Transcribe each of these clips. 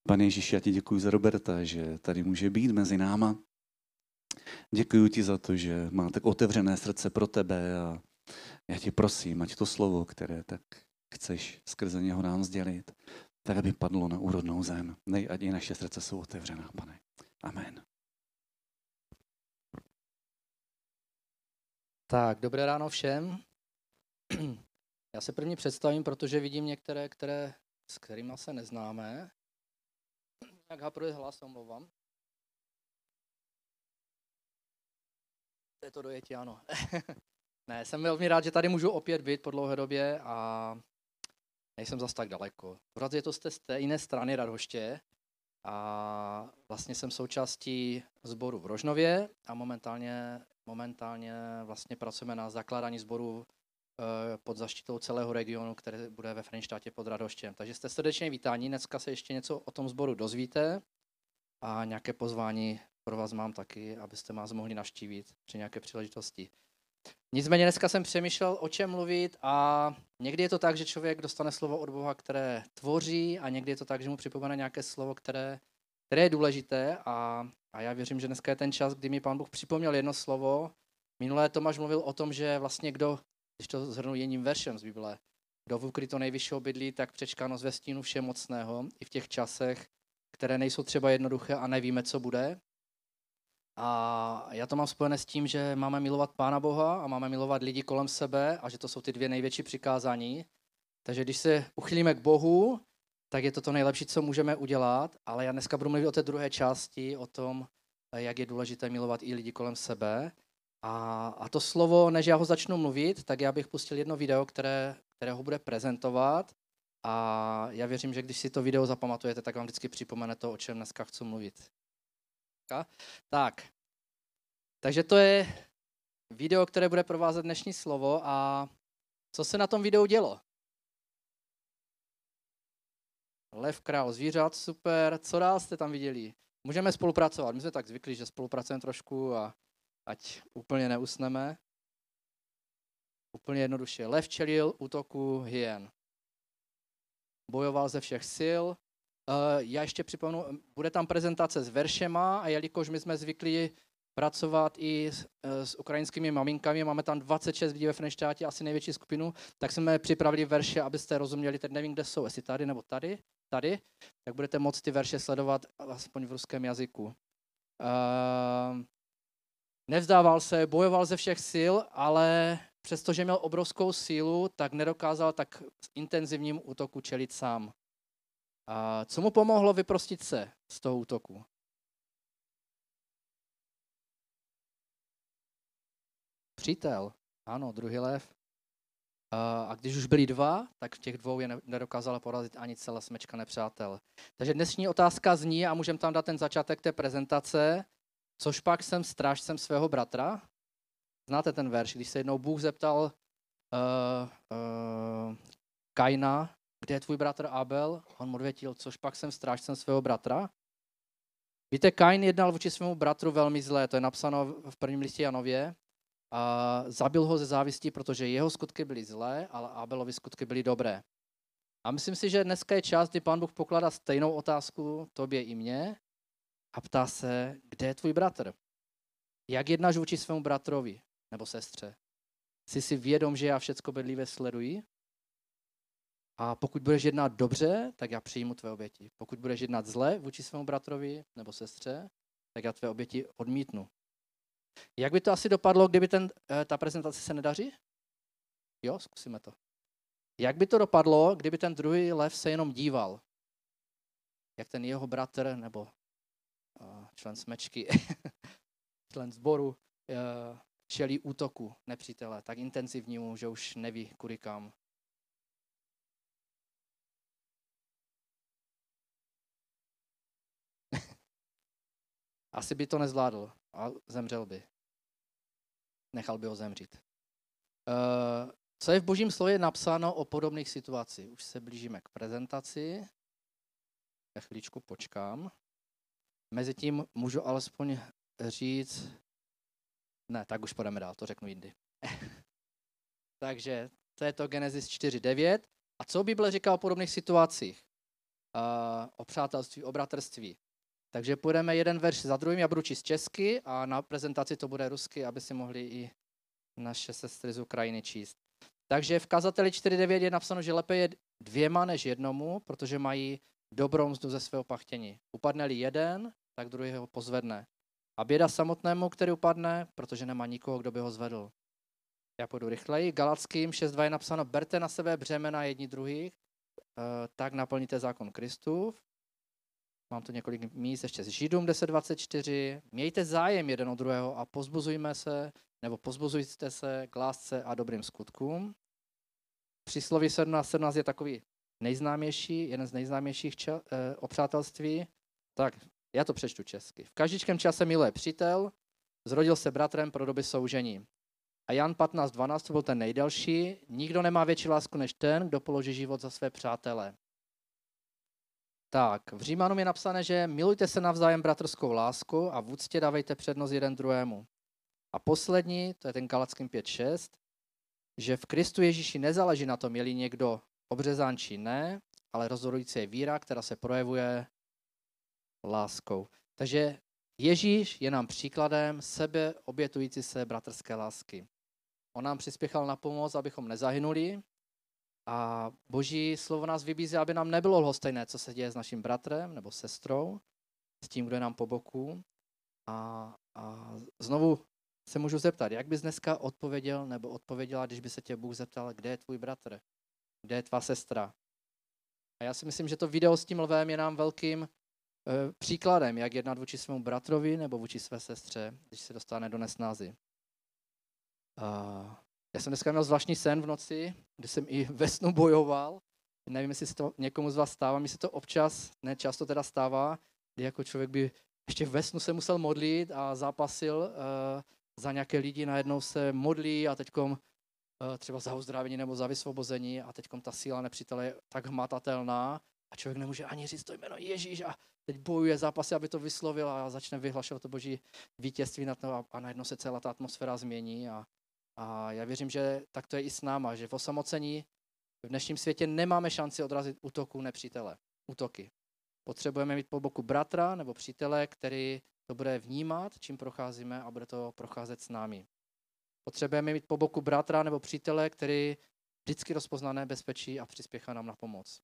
Pane Ježíši, já ti děkuji za Roberta, že tady může být mezi náma. Děkuji ti za to, že má tak otevřené srdce pro tebe a já tě prosím, ať to slovo, které tak chceš skrze něho nám sdělit, tak aby padlo na úrodnou zem. Ať i naše srdce jsou otevřená, pane. Amen. Tak, dobré ráno všem. Já se první představím, protože vidím některé, s kterými se neznáme. Jak hapruje hlas, omlouvám. To je to dojetí, ano. Ne, jsem velmi rád, že tady můžu opět být po dlouhé době a nejsem zas tak daleko. Pořád je to z té jiné strany Radhoště a vlastně jsem součástí sboru v Rožnově a momentálně vlastně pracujeme na zakládání sboru pod zaštitou celého regionu, který bude ve Frenštátě pod Radhoštěm. Takže jste srdečně vítáni, dneska se ještě něco o tom sboru dozvíte a nějaké pozvání pro vás mám taky, abyste nás mohli navštívit při nějaké příležitosti. Nicméně dneska jsem přemýšlel, o čem mluvit a někdy je to tak, že člověk dostane slovo od Boha, které tvoří a někdy je to tak, že mu připomene nějaké slovo, které je důležité a já věřím, že dneska je ten čas, kdy mi Pán Bůh připomněl jedno slovo. Minulé Tomáš mluvil o tom, že vlastně když to shrnu jedním veršem z Bible, kdo v ukrytu nejvyššího bydlí, tak přečká noc ve stínu všemocného i v těch časech, které nejsou třeba jednoduché a nevíme, co bude. A já to mám spojené s tím, že máme milovat Pána Boha a máme milovat lidi kolem sebe a že to jsou ty dvě největší přikázání. Takže když se uchylíme k Bohu, tak je to to nejlepší, co můžeme udělat, ale já dneska budu mluvit o té druhé části, o tom, jak je důležité milovat i lidi kolem sebe. A to slovo, než já ho začnu mluvit, tak já bych pustil jedno video, které ho bude prezentovat a já věřím, že když si to video zapamatujete, tak vám vždycky připomene to, o čem dneska chci mluvit. Tak, takže to je video, které bude provázet dnešní slovo a co se na tom videu dělo? Lev, král, zvířat, super. Co dál jste tam viděli? Můžeme spolupracovat. My jsme tak zvyklí, že spolupracujeme trošku a ať úplně neusneme. Úplně jednoduše. Lev čelil útoku hyen. Bojoval ze všech sil. Já ještě připomenu, bude tam prezentace s veršema a jelikož my jsme zvyklí pracovat i s ukrajinskými maminkami, máme tam 26 lidí ve Frenštátě, asi největší skupinu, tak jsme připravili verše, abyste rozuměli, teď nevím, kde jsou, jestli tady nebo tady, tak budete moct ty verše sledovat aspoň v ruském jazyku. Nevzdával se, bojoval ze všech sil, ale přestože měl obrovskou sílu, tak nedokázal tak intenzivním útoku čelit sám. Co mu pomohlo vyprostit se z toho útoku? Přítel, ano, druhý lev. A když už byli dva, tak v těch dvou je nedokázala porazit ani celá smečka nepřátel. Takže dnešní otázka zní, a můžeme tam dát ten začátek té prezentace, což pak jsem strážcem svého bratra. Znáte ten verš, když se jednou Bůh zeptal Kaina, kde je tvůj bratr Abel? On mu odvětil, což pak jsem strážcem svého bratra. Víte, Kain jednal vůči svému bratru velmi zlé, to je napsáno v prvním listě Janově. A zabil ho ze závistí, protože jeho skutky byly zlé, ale Abelovy skutky byly dobré. A myslím si, že dneska je čas, kdy Pán Bůh pokládá stejnou otázku tobě i mně a ptá se, kde je tvůj bratr? Jak jednáš vůči svému bratrovi nebo sestře? Jsi si vědom, že já všecko bedlivě sleduji? A pokud budeš jednat dobře, tak já přijmu tvé oběti. Pokud budeš jednat zle vůči svému bratrovi nebo sestře, tak já tvé oběti odmítnu. Jak by to asi dopadlo, kdyby ta prezentace se nedaří? Jo, zkusíme to. Jak by to dopadlo, kdyby ten druhý lev se jenom díval? Jak ten jeho bratr nebo člen smečky, člen sboru čelí útoku nepřítele, tak intenzivnímu, že už neví kudy kam. Asi by to nezvládl a zemřel by. Nechal by ho zemřít. Co je v Božím slově napsáno o podobných situacích? Už se blížíme k prezentaci. Já chvíličku počkám. Mezitím můžu alespoň říct... Ne, tak už půjdeme dál, to řeknu jindy. Takže to je to Genesis 4.9. A co Bible říká o podobných situacích? o přátelství, o bratrství. Takže půjdeme jeden verš za druhým, já budu číst česky a na prezentaci to bude rusky, aby si mohli i naše sestry z Ukrajiny číst. Takže v Kazateli 4.9 je napsáno, že lépe je dvěma než jednomu, protože mají dobrou mzdu ze svého pachtění. Upadne-li jeden, tak druhý ho pozvedne. A běda samotnému, který upadne, protože nemá nikoho, kdo by ho zvedl. Já půjdu rychleji. Galackým 6.2 je napsáno, berte na sebe břemena jedni druhých, tak naplníte zákon Kristův. Mám tu několik míst ještě z Židům 10.24. Mějte zájem jeden od druhého a pozbuzujte se k lásce a dobrým skutkům. Přísloví 17.17 je takový nejznámější, jeden z nejznámějších o přátelství. Tak já to přečtu česky. V každičkém čase miluje přítel, zrodil se bratrem pro doby soužení. A Jan 15.12 to byl ten nejdelší. Nikdo nemá větší lásku než ten, kdo položí život za své přátele. Tak, v Římanům je napsané, že milujte se navzájem bratrskou láskou a v úctě dávejte přednost jeden druhému. A poslední, to je ten Galackým 5.6, že v Kristu Ježíši nezáleží na tom, je-li někdo obřezán či ne, ale rozhodující je víra, která se projevuje láskou. Takže Ježíš je nám příkladem sebe obětující se bratrské lásky. On nám přispěchal na pomoc, abychom nezahynuli, a Boží slovo nás vybízí, aby nám nebylo lhostejné, co se děje s naším bratrem nebo sestrou, s tím, kdo je nám po boku. A znovu se můžu zeptat, jak bys dneska odpověděl nebo odpověděla, když by se tě Bůh zeptal, kde je tvůj bratr, kde je tvá sestra. A já si myslím, že to video s tím lvem je nám velkým příkladem, jak jednat vůči svému bratrovi nebo vůči své sestře, když se dostane do nesnázy. Já jsem dneska měl zvláštní sen v noci, kdy jsem i ve snu bojoval. Nevím, jestli se to někomu z vás stává, mi se to občas, ne často teda stává, kdy jako člověk by ještě ve snu se musel modlit a zápasil za nějaké lidi, najednou se modlí a teďkom třeba za uzdravení nebo za vysvobození a teďkom ta síla nepřítele je tak hmatatelná a člověk nemůže ani říct to jméno Ježíš a teď bojuje zápasy, aby to vyslovil a začne vyhlašovat to Boží vítězství nad to a najednou se celá ta atmosféra změní a já věřím, že tak to je i s náma, že v osamocení v dnešním světě nemáme šanci odrazit útoků nepřítele, útoky. Potřebujeme mít po boku bratra nebo přítele, který to bude vnímat, čím procházíme a bude to procházet s námi. Potřebujeme mít po boku bratra nebo přítele, který vždycky rozpozná nebezpečí a přispěchá nám na pomoc.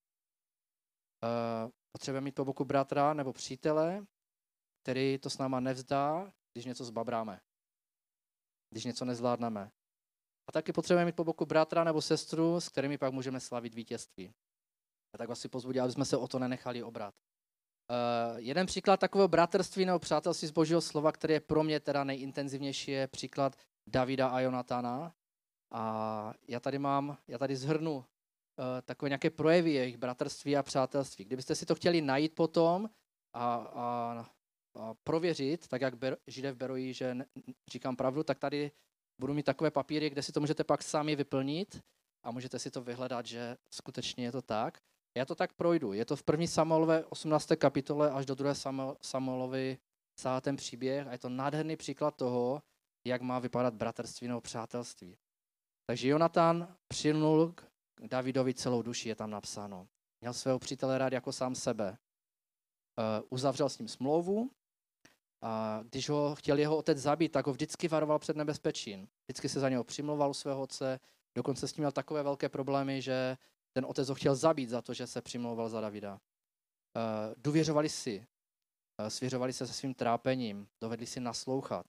Potřebujeme mít po boku bratra nebo přítele, který to s náma nevzdá, když něco zbabráme, když něco nezvládneme. A taky potřebujeme mít po boku bratra nebo sestru, s kterými pak můžeme slavit vítězství. A tak vás si pozbudím, aby jsme se o to nenechali obrat. Jeden příklad takového bratrství nebo přátelství z Božího slova, který je pro mě teda nejintenzivnější, je příklad Davida a Jonatana. A já tady zhrnu takové nějaké projevy jejich bratrství a přátelství. Kdybyste si to chtěli najít potom a prověřit, tak jak Židé v Beroji, že říkám pravdu, tak tady budu mít takové papíry, kde si to můžete pak sami vyplnit a můžete si to vyhledat, že skutečně je to tak. Já to tak projdu. Je to v 1. Samuelové 18. kapitole až do 2. Samuelovi celý ten příběh a je to nádherný příklad toho, jak má vypadat bratrství nebo přátelství. Takže Jonatan přilnul k Davidovi celou duši, je tam napsáno. Měl svého přítele rád jako sám sebe. Uzavřel s ním smlouvu a když ho chtěl jeho otec zabít, tak ho vždycky varoval před nebezpečím. Vždycky se za něho přimlouval u svého otce, dokonce s tím měl takové velké problémy, že ten otec ho chtěl zabít za to, že se přimlouval za Davida. Důvěřovali si, svěřovali se svým trápením, dovedli si naslouchat,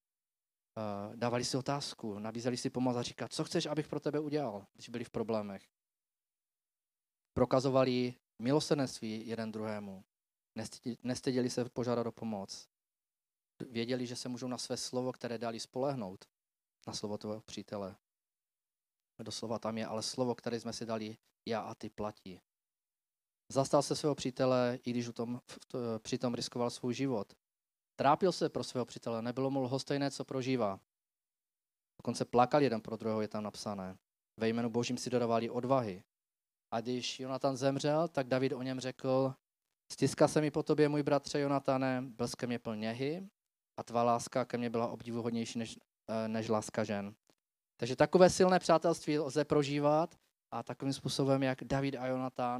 dávali si otázku, nabízeli si pomoc a říkat, co chceš, abych pro tebe udělal, když byli v problémech. Prokazovali milosrdenství jeden druhému, nestyděli se požádat o pomoc. Věděli, že se můžou na své slovo, které dali, spolehnout, na slovo tvého přítele. Doslova tam je, ale slovo, které jsme si dali, já a ty platí. Zastal se svého přítele, i když přitom riskoval svůj život. Trápil se pro svého přítele, nebylo mu lhostejné, co prožívá. Dokonce plakal jeden pro druhého, je tam napsané. Ve jménu Božím si dodávali odvahy. A když Jonatan zemřel, tak David o něm řekl, stiska se mi po tobě, můj bratře Jonatane, byl ke mně pln něhy a tvá láska ke mně byla obdivuhodnější než láska žen. Takže takové silné přátelství lze prožívat a takovým způsobem, jak David a Jonatan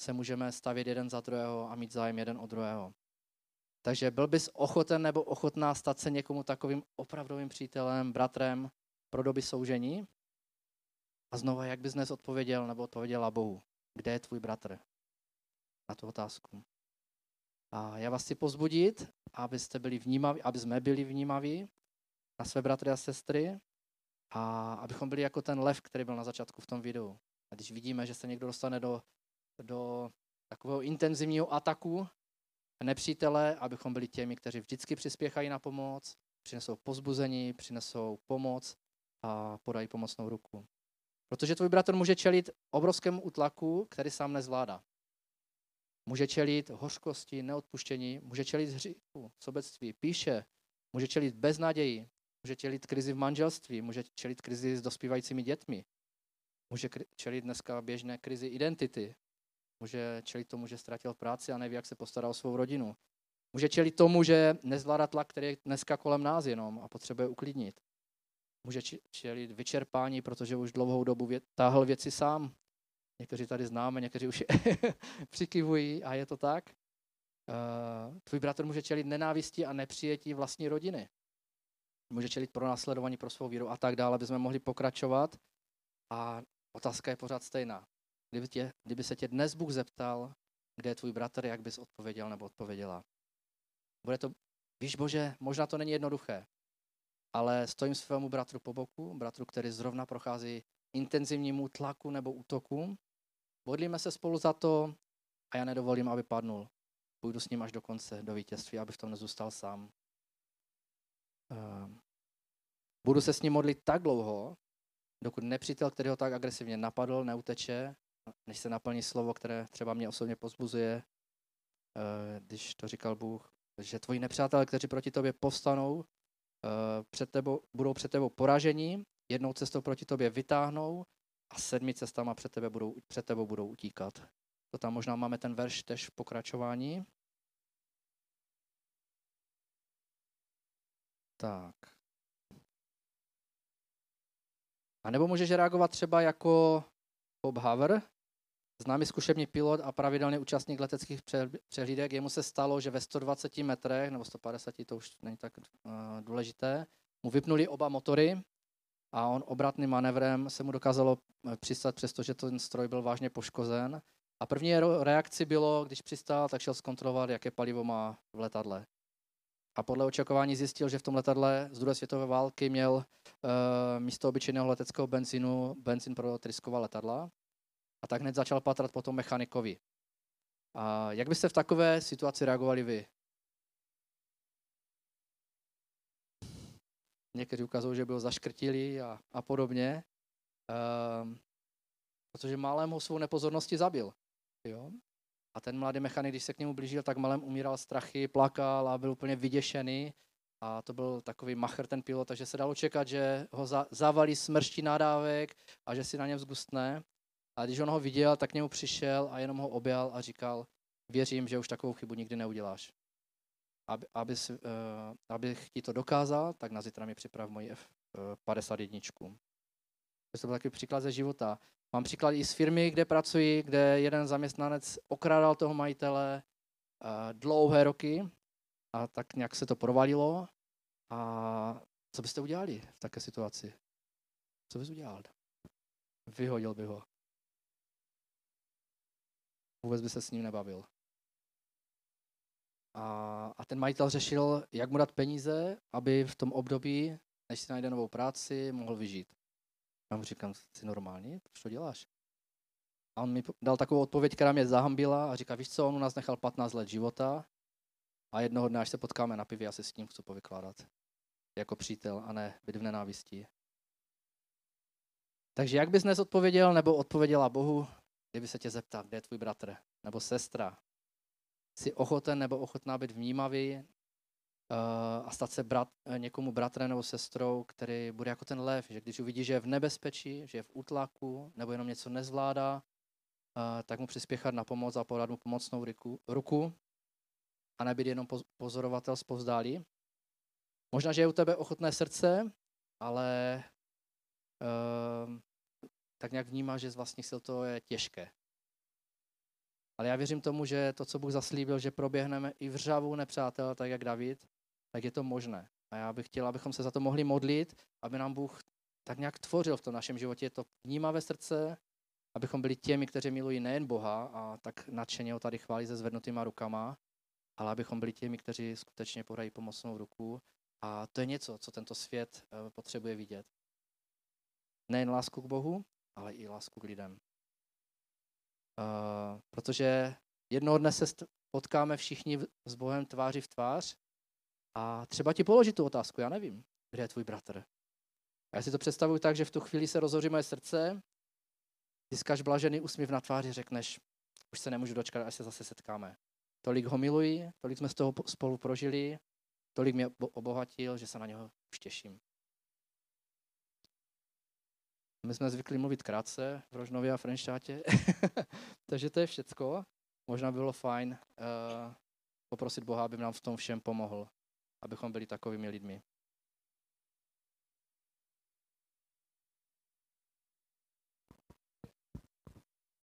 se můžeme stavět jeden za druhého a mít zájem jeden o druhého. Takže byl bys ochoten nebo ochotná stát se někomu takovým opravdovým přítelem, bratrem pro doby soužení? A znova, jak bys dnes odpověděl nebo odpověděla Bohu? Kde je tvůj bratr? Na tu otázku. A já vás chci pozbudit, abyste byli vnímaví, aby jsme byli vnímaví na své bratry a sestry a abychom byli jako ten lev, který byl na začátku v tom videu. A když vidíme, že se někdo dostane do takového intenzivního ataku nepřítele, abychom byli těmi, kteří vždycky přispěchají na pomoc, přinesou povzbuzení, přinesou pomoc a podají pomocnou ruku. Protože tvůj bratr může čelit obrovskému útlaku, který sám nezvládá. Může čelit hořkosti, neodpuštění, může čelit hříchu, sobectví, píše, může čelit beznaději, může čelit krizi v manželství, může čelit krizi s dospívajícími dětmi, může čelit dneska běžné krizi identity, může čelit tomu, že ztratil práci a neví, jak se postará o svou rodinu. Může čelit tomu, že nezvládá tlak, který je dneska kolem nás jenom a potřebuje uklidnit. Může čelit vyčerpání, protože už dlouhou dobu táhl věci sám. Někteří tady známe, někteří už přikyvují a je to tak. Tvůj bratr může čelit nenávisti a nepřijetí vlastní rodiny. Může čelit pronásledování pro svou víru a tak dále, aby jsme mohli pokračovat. A otázka je pořád stejná. Kdyby se tě dnes Bůh zeptal, kde je tvůj bratr, jak bys odpověděl nebo odpověděla. Bude to, víš Bože, možná to není jednoduché, ale stojím svému bratru po boku, bratru, který zrovna prochází intenzivnímu tlaku nebo útoku. Modlíme se spolu za to a já nedovolím, aby padnul. Půjdu s ním až do konce, do vítězství, aby v tom nezůstal sám. Budu se s ním modlit tak dlouho, dokud nepřítel, který ho tak agresivně napadl, neuteče, než se naplní slovo, které třeba mě osobně povzbuzuje, když to říkal Bůh, že tvoji nepřátelé, kteří proti tobě povstanou, budou před tebou poraženi, jednou cestou proti tobě vytáhnou a 7 cestama před tebou budou utíkat. To tam možná máme ten verš tež v pokračování. Tak. A nebo můžeš reagovat třeba jako Bob Haver, známý zkušební pilot a pravidelný účastník leteckých přehlídek. Jemu se stalo, že ve 120 metrech, nebo 150, to už není tak důležité, mu vypnuli oba motory a on obratným manévrem se mu dokázalo přistát, přestože ten stroj byl vážně poškozen. A první reakci bylo, když přistál, tak šel zkontrolovat, jaké palivo má v letadle. A podle očekávání zjistil, že v tom letadle z druhé světové války měl místo obyčejného leteckého benzín pro trysková letadla. A tak hned začal patrat po tom mechanikovi. A jak byste v takové situaci reagovali vy? Někteří ukazují, že byl zaškrtilý a podobně. Protože málem ho svou nepozorností zabil. Jo? A ten mladý mechanik, když se k němu blížil, tak málem umíral strachy, plakal a byl úplně vyděšený. A to byl takový macher ten pilot, takže se dalo čekat, že ho zavalí smrští nadávek a že si na něm zgustne. A když on ho viděl, tak k němu přišel a jenom ho objal a říkal, věřím, že už takovou chybu nikdy neuděláš. Abych ti to dokázal, tak na zítra mi připrav moji F51. To byl takový příklad ze života. Mám příklad i z firmy, kde pracuji, kde jeden zaměstnanec okrádal toho majitele dlouhé roky a tak nějak se to provalilo. A co byste udělali v také situaci? Co bys udělal? Vyhodil by ho. Vůbec by se s ním nebavil. A ten majitel řešil, jak mu dát peníze, aby v tom období, než si najde novou práci, mohl vyžít. Já mu říkám, jsi normální? Proč to děláš? A on mi dal takovou odpověď, která mě zahambila a říká, víš co, on u nás nechal 15 let života a jednoho dne, až se potkáme na pivě, já se s ním chci povykládat. Jako přítel a ne být v nenávisti. Takže jak bys dnes odpověděl nebo odpověděla Bohu, kdyby se tě zeptal, kde je tvůj bratr nebo sestra? Jsi ochoten nebo ochotná být vnímavý a stát se někomu bratrem nebo sestrou, který bude jako ten lev, že když uvidí, že je v nebezpečí, že je v útlaku nebo jenom něco nezvládá, tak mu přispěchat na pomoc a podat mu pomocnou ruku a nebýt jenom pozorovatel zpovzdálí. Možná, že je u tebe ochotné srdce, ale tak nějak vnímáš, že z vlastních sil to je těžké. Ale já věřím tomu, že to, co Bůh zaslíbil, že proběhneme i v řavu nepřátel, tak jak David, tak je to možné. A já bych chtěl, abychom se za to mohli modlit, aby nám Bůh tak nějak tvořil v tom našem životě to vnímavé srdce, abychom byli těmi, kteří milují nejen Boha a tak nadšeně ho tady chválí se zvednutýma rukama, ale abychom byli těmi, kteří skutečně podají pomocnou ruku. A to je něco, co tento svět potřebuje vidět. Nejen lásku k Bohu, ale i lásku k lidem. Protože jednoho dne se potkáme všichni s Bohem tváří v tvář a třeba ti položit tu otázku, já nevím, kde je tvůj bratr. A já si to představuji tak, že v tu chvíli se rozhoří moje srdce, získáš blažený úsměv na tváři, řekneš, už se nemůžu dočkat, až se zase setkáme. Tolik ho miluji, tolik jsme z toho spolu prožili, tolik mě obohatil, že se na něho už těším. My jsme zvykli mluvit krátce v Rožnově a Frenštátě, takže to je všecko. Možná by bylo fajn poprosit Boha, aby nám v tom všem pomohl, abychom byli takovými lidmi.